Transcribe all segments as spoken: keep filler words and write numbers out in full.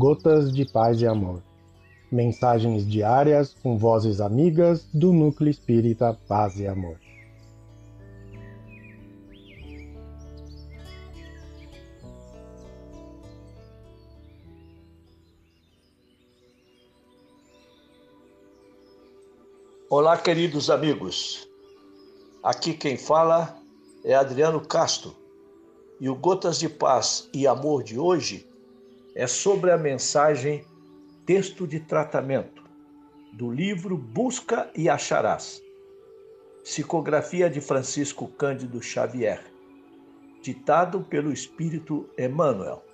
Gotas de Paz e Amor. Mensagens diárias com vozes amigas do Núcleo Espírita Paz e Amor. Olá, queridos amigos. Aqui quem fala é Adriano Castro e o Gotas de Paz e Amor de hoje é sobre a mensagem Texto de Tratamento do livro Busca e Acharás, psicografia de Francisco Cândido Xavier, ditado pelo Espírito Emmanuel.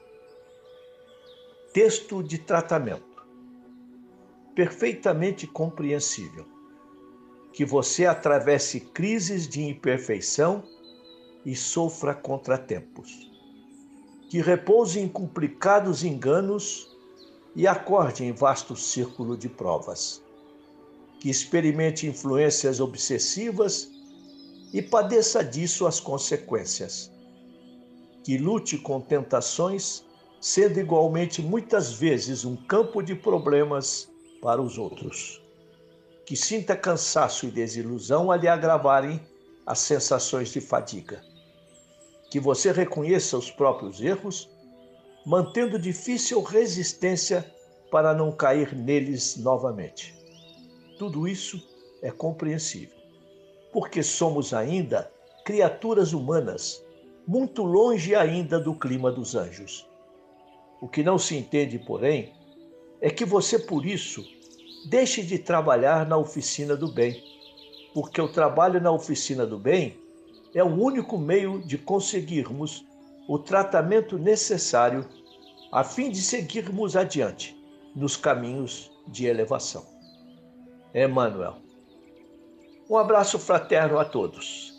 Texto de tratamento. Perfeitamente compreensível que você atravesse crises de imperfeição e sofra contratempos, que repouse em complicados enganos e acorde em vasto círculo de provas, que experimente influências obsessivas e padeça disso as consequências, que lute com tentações, sendo igualmente muitas vezes um campo de problemas para os outros, que sinta cansaço e desilusão a lhe agravarem as sensações de fadiga, que você reconheça os próprios erros, mantendo difícil resistência para não cair neles novamente. Tudo isso é compreensível, porque somos ainda criaturas humanas, muito longe ainda do clima dos anjos. O que não se entende, porém, é que você, por isso, deixe de trabalhar na oficina do bem, porque o trabalho na oficina do bem é o único meio de conseguirmos o tratamento necessário a fim de seguirmos adiante nos caminhos de elevação. Emmanuel. Um abraço fraterno a todos.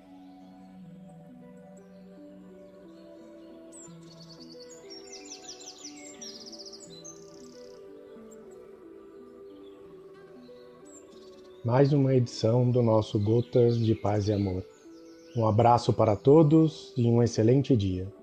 Mais uma edição do nosso Gotas de Paz e Amor. Um abraço para todos e um excelente dia.